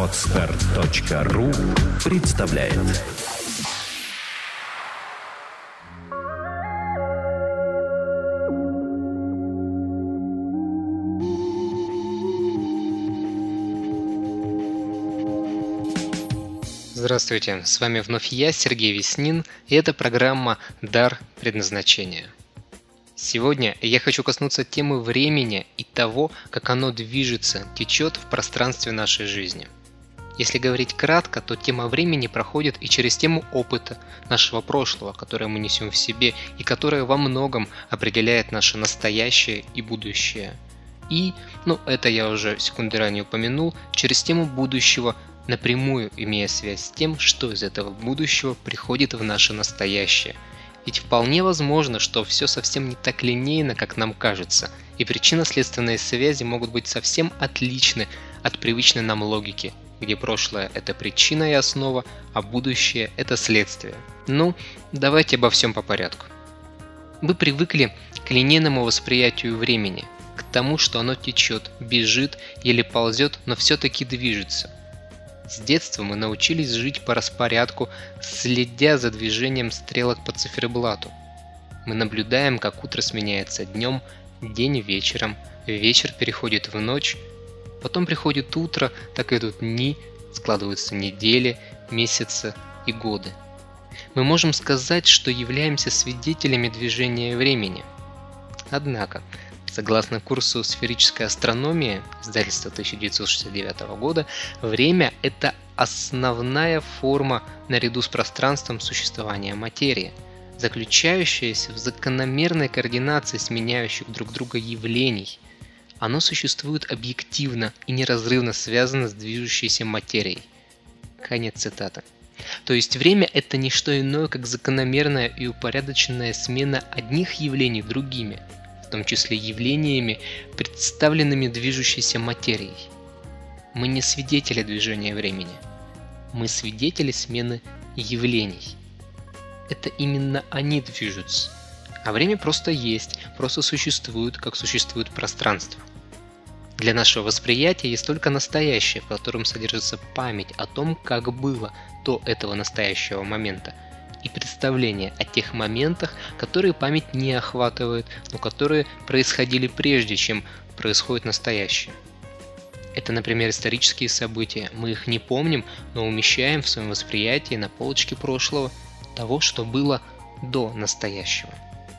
Podster.ru представляет. Здравствуйте, с вами вновь я, Сергей Веснин, и это программа «Дар предназначения». Сегодня я хочу коснуться темы времени и того, как оно движется, течет в пространстве нашей жизни. Если говорить кратко, то тема времени проходит и через тему опыта нашего прошлого, которое мы несем в себе и которое во многом определяет наше настоящее и будущее. И, это я уже секунды ранее упомянул, через тему будущего, напрямую имея связь с тем, что из этого будущего приходит в наше настоящее. Ведь вполне возможно, что все совсем не так линейно, как нам кажется, и причинно-следственные связи могут быть совсем отличны от привычной нам логики, где прошлое – это причина и основа, а будущее – это следствие. Давайте обо всем по порядку. Вы привыкли к линейному восприятию времени, к тому, что оно течет, бежит или ползет, но все-таки движется. С детства мы научились жить по распорядку, следя за движением стрелок по циферблату. Мы наблюдаем, как утро сменяется днем, день вечером, вечер переходит в ночь, потом приходит утро, так идут дни, складываются недели, месяцы и годы. Мы можем сказать, что являемся свидетелями движения времени. Однако, согласно курсу «Сферическая астрономия» издательства 1969 года, время – это основная форма наряду с пространством существования материи, заключающаяся в закономерной координации сменяющих друг друга явлений. Оно существует объективно и неразрывно связано с движущейся материей. Конец цитаты. То есть время – это не что иное, как закономерная и упорядоченная смена одних явлений другими, в том числе явлениями, представленными движущейся материей. Мы не свидетели движения времени. Мы свидетели смены явлений. Это именно они движутся. А время просто есть, просто существует, как существует пространство. Для нашего восприятия есть только настоящее, в котором содержится память о том, как было до этого настоящего момента, и представление о тех моментах, которые память не охватывает, но которые происходили прежде, чем происходит настоящее. Это, например, исторические события. Мы их не помним, но умещаем в своем восприятии на полочке прошлого, того, что было до настоящего.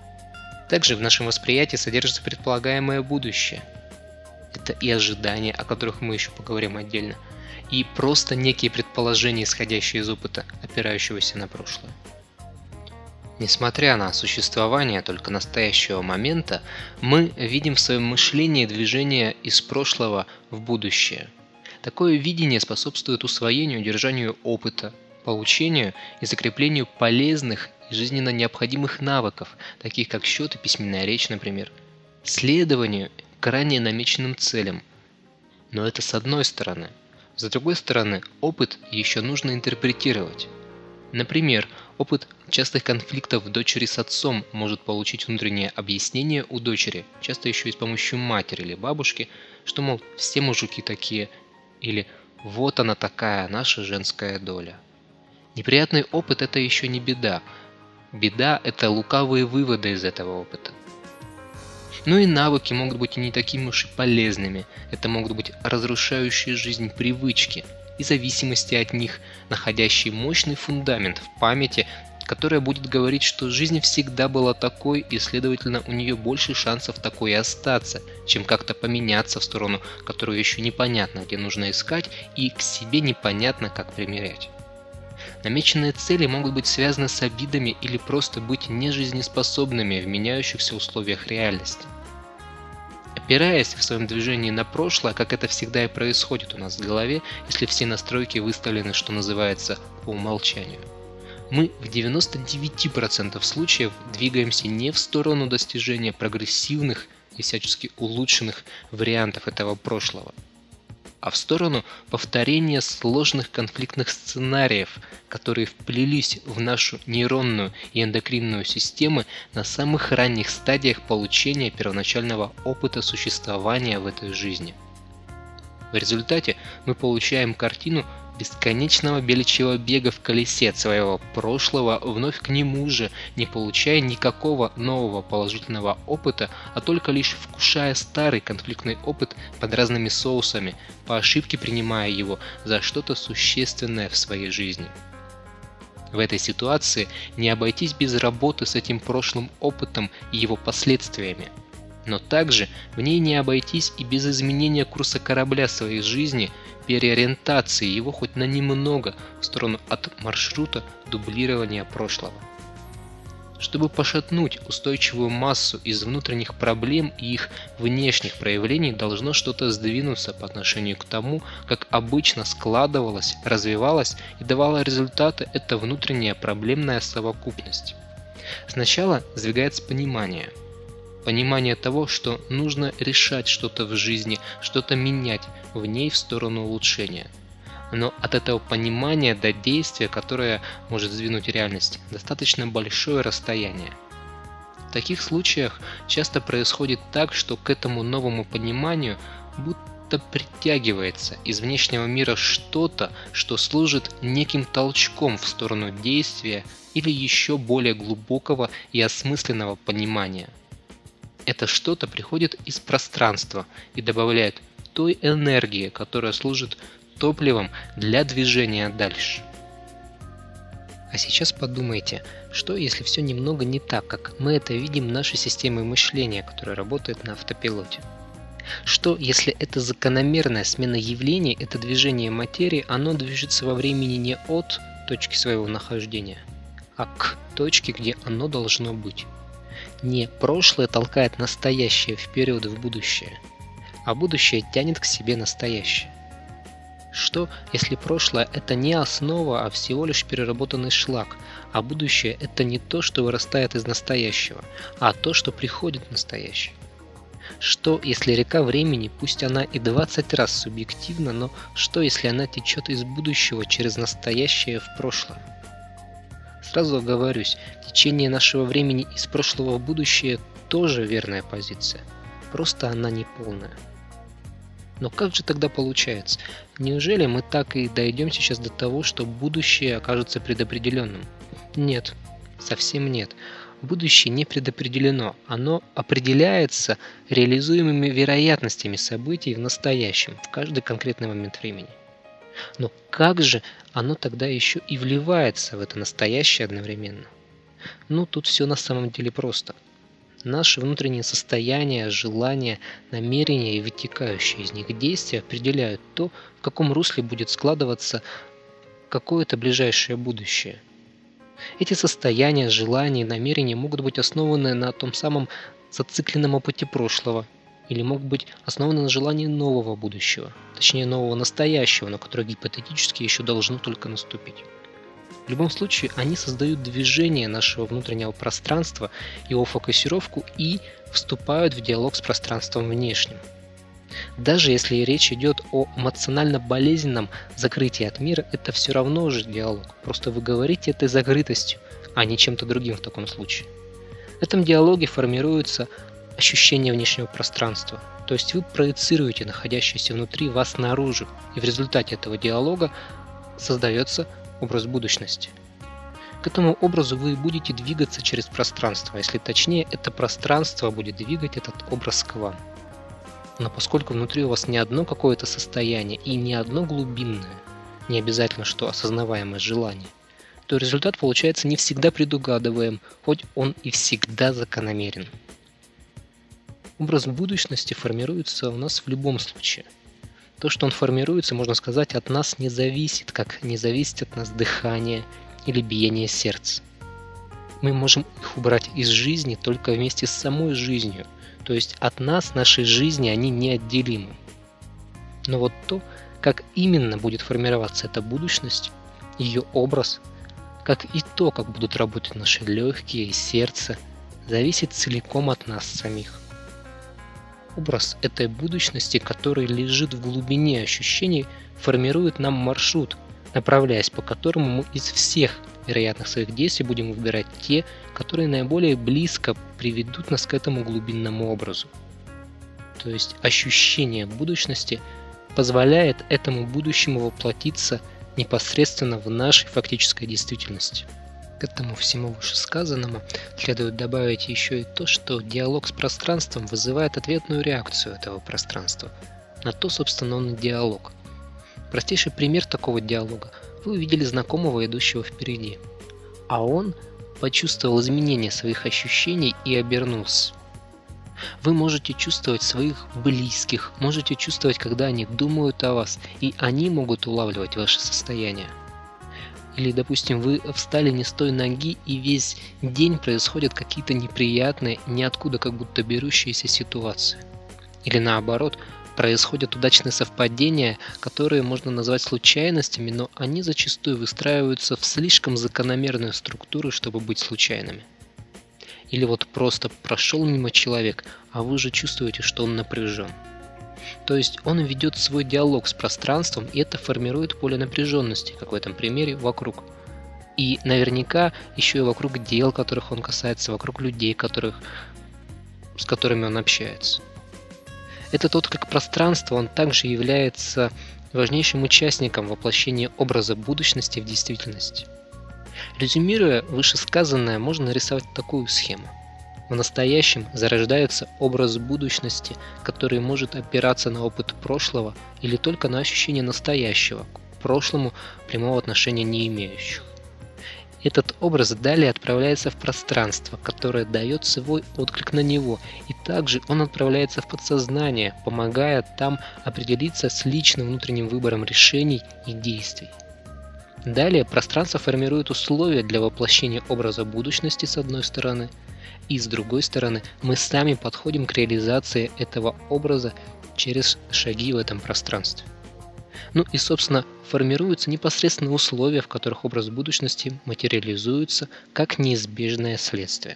Также в нашем восприятии содержится предполагаемое будущее. Это и ожидания, о которых мы еще поговорим отдельно, и просто некие предположения, исходящие из опыта, опирающегося на прошлое. Несмотря на существование только настоящего момента, мы видим в своем мышлении движение из прошлого в будущее. Такое видение способствует усвоению и удержанию опыта, получению и закреплению полезных и жизненно необходимых навыков, таких как счет и письменная речь, например, следованию к ранее намеченным целям. Но это с одной стороны. С другой стороны, опыт еще нужно интерпретировать. Например, опыт частых конфликтов дочери с отцом может получить внутреннее объяснение у дочери, часто еще и с помощью матери или бабушки, что, мол, все мужики такие, или вот она такая, наша женская доля. Неприятный опыт – это еще не беда. Беда – это лукавые выводы из этого опыта. И навыки могут быть и не такими уж и полезными. Это могут быть разрушающие жизнь привычки и зависимости от них, находящие мощный фундамент в памяти, которая будет говорить, что жизнь всегда была такой, и, следовательно, у нее больше шансов такой и остаться, чем как-то поменяться в сторону, которую еще непонятно, где нужно искать, и к себе непонятно, как примерять. Намеченные цели могут быть связаны с обидами или просто быть нежизнеспособными в меняющихся условиях реальности. Опираясь в своем движении на прошлое, как это всегда и происходит у нас в голове, если все настройки выставлены, что называется, по умолчанию, мы в 99% случаев двигаемся не в сторону достижения прогрессивных и всячески улучшенных вариантов этого прошлого, а в сторону повторения сложных конфликтных сценариев, которые вплелись в нашу нейронную и эндокринную системы на самых ранних стадиях получения первоначального опыта существования в этой жизни. В результате мы получаем картину бесконечного беличьего бега в колесе от своего прошлого вновь к нему же, не получая никакого нового положительного опыта, а только лишь вкушая старый конфликтный опыт под разными соусами, по ошибке принимая его за что-то существенное в своей жизни. В этой ситуации не обойтись без работы с этим прошлым опытом и его последствиями. Но также в ней не обойтись и без изменения курса корабля своей жизни, переориентации его хоть на немного в сторону от маршрута дублирования прошлого. Чтобы пошатнуть устойчивую массу из внутренних проблем и их внешних проявлений, должно что-то сдвинуться по отношению к тому, как обычно складывалась, развивалась и давала результаты эта внутренняя проблемная совокупность. Сначала сдвигается понимание. Понимание того, что нужно решать что-то в жизни, что-то менять в ней в сторону улучшения. Но от этого понимания до действия, которое может сдвинуть реальность, достаточно большое расстояние. В таких случаях часто происходит так, что к этому новому пониманию будто притягивается из внешнего мира что-то, что служит неким толчком в сторону действия или еще более глубокого и осмысленного понимания. Это что-то приходит из пространства и добавляет той энергии, которая служит топливом для движения дальше. А сейчас подумайте, что если все немного не так, как мы это видим нашей системой мышления, которая работает на автопилоте? Что если это закономерная смена явлений, это движение материи, оно движется во времени не от точки своего нахождения, а к точке, где оно должно быть? Не прошлое толкает настоящее вперед в будущее, а будущее тянет к себе настоящее. Что, если прошлое – это не основа, а всего лишь переработанный шлак, а будущее – это не то, что вырастает из настоящего, а то, что приходит в настоящее? Что, если река времени, пусть она и 20 раз субъективна, но что, если она течет из будущего через настоящее в прошлое? Сразу оговорюсь, течение нашего времени из прошлого в будущее тоже верная позиция, просто она не полная. Но как же тогда получается? Неужели мы так и дойдем сейчас до того, что будущее окажется предопределенным? Нет, совсем нет. Будущее не предопределено, оно определяется реализуемыми вероятностями событий в настоящем, в каждый конкретный момент времени. Но как же оно тогда еще и вливается в это настоящее одновременно? Ну, тут все на самом деле просто. Наши внутренние состояния, желания, намерения и вытекающие из них действия определяют то, в каком русле будет складываться какое-то ближайшее будущее. Эти состояния, желания и намерения могут быть основаны на том самом зацикленном опыте прошлого, или могут быть основаны на желании нового будущего, точнее нового настоящего, но которое гипотетически еще должно только наступить. В любом случае, они создают движение нашего внутреннего пространства, его фокусировку и вступают в диалог с пространством внешним. Даже если речь идет о эмоционально-болезненном закрытии от мира, это все равно уже диалог. Просто вы говорите этой закрытостью, а не чем-то другим в таком случае. В этом диалоге формируется ощущение внешнего пространства. То есть вы проецируете находящееся внутри вас наружу, и в результате этого диалога создается образ будущности. К этому образу вы будете двигаться через пространство, а если точнее, это пространство будет двигать этот образ к вам. Но поскольку внутри у вас не одно какое-то состояние и не одно глубинное, не обязательно что осознаваемое желание, то результат получается не всегда предугадываем, хоть он и всегда закономерен. Образ будущности формируется у нас в любом случае. То, что он формируется, можно сказать, от нас не зависит, как не зависит от нас дыхание или биение сердца. Мы можем их убрать из жизни только вместе с самой жизнью, то есть от нас, нашей жизни, они неотделимы. Но вот то, как именно будет формироваться эта будущность, ее образ, как и то, как будут работать наши легкие и сердце, зависит целиком от нас самих. Образ этой будущности, который лежит в глубине ощущений, формирует нам маршрут, направляясь по которому мы из всех вероятных своих действий будем выбирать те, которые наиболее близко приведут нас к этому глубинному образу. То есть ощущение будущности позволяет этому будущему воплотиться непосредственно в нашей фактической действительности. К этому всему вышесказанному следует добавить еще и то, что диалог с пространством вызывает ответную реакцию этого пространства. На то, собственно, он и диалог. Простейший пример такого диалога. Вы увидели знакомого, идущего впереди. А он почувствовал изменение своих ощущений и обернулся. Вы можете чувствовать своих близких, можете чувствовать, когда они думают о вас, и они могут улавливать ваше состояние. Или, допустим, вы встали не с той ноги, и весь день происходят какие-то неприятные, ниоткуда как будто берущиеся ситуации. Или наоборот, происходят удачные совпадения, которые можно назвать случайностями, но они зачастую выстраиваются в слишком закономерную структуру, чтобы быть случайными. Или вот просто прошел мимо человек, а вы уже чувствуете, что он напряжен. То есть он ведет свой диалог с пространством, и это формирует поле напряженности, как в этом примере, вокруг. И наверняка еще и вокруг дел, которых он касается, вокруг людей, с которыми он общается. Это тот, как пространство, он также является важнейшим участником воплощения образа будущности в действительности. Резюмируя вышесказанное, можно нарисовать такую схему. В настоящем зарождается образ будущности, который может опираться на опыт прошлого или только на ощущение настоящего, к прошлому прямого отношения не имеющих. Этот образ далее отправляется в пространство, которое дает свой отклик на него, и также он отправляется в подсознание, помогая там определиться с личным внутренним выбором решений и действий. Далее пространство формирует условия для воплощения образа будущности с одной стороны, и с другой стороны мы сами подходим к реализации этого образа через шаги в этом пространстве. Ну и, собственно, формируются непосредственно условия, в которых образ будущности материализуется как неизбежное следствие.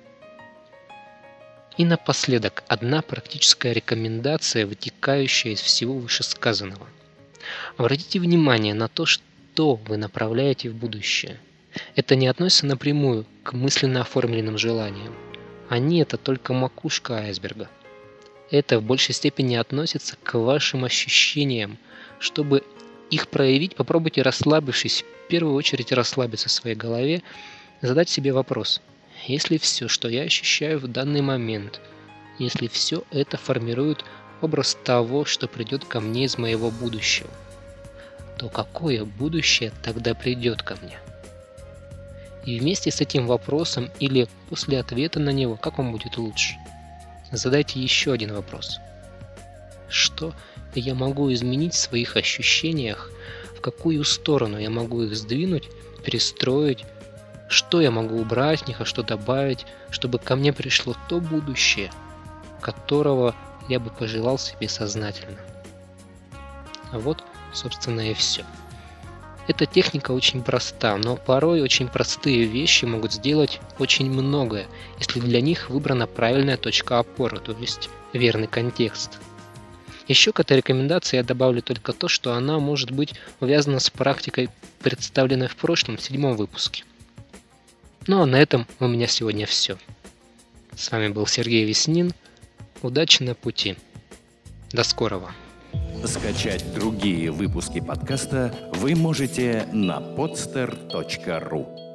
И напоследок одна практическая рекомендация, вытекающая из всего вышесказанного. Обратите внимание на то, что вы направляете в будущее. Это не относится напрямую к мысленно оформленным желаниям. Они – это только макушка айсберга. Это в большей степени относится к вашим ощущениям. Чтобы их проявить, попробуйте, расслабившись, в первую очередь расслабиться в своей голове, задать себе вопрос. Если все, что я ощущаю в данный момент, если все это формирует образ того, что придет ко мне из моего будущего, то какое будущее тогда придет ко мне? И вместе с этим вопросом или после ответа на него, как вам будет лучше, задайте еще один вопрос. Что я могу изменить в своих ощущениях, в какую сторону я могу их сдвинуть, перестроить, что я могу убрать в них, а что добавить, чтобы ко мне пришло то будущее, которого я бы пожелал себе сознательно. А вот, собственно, и все. Эта техника очень проста, но порой очень простые вещи могут сделать очень многое, если для них выбрана правильная точка опоры, то есть верный контекст. Еще к этой рекомендации я добавлю только то, что она может быть увязана с практикой, представленной в прошлом, в 7-м выпуске. Ну а на этом у меня сегодня все. С вами был Сергей Веснин. Удачи на пути. До скорого. Скачать другие выпуски подкаста вы можете на podster.ru.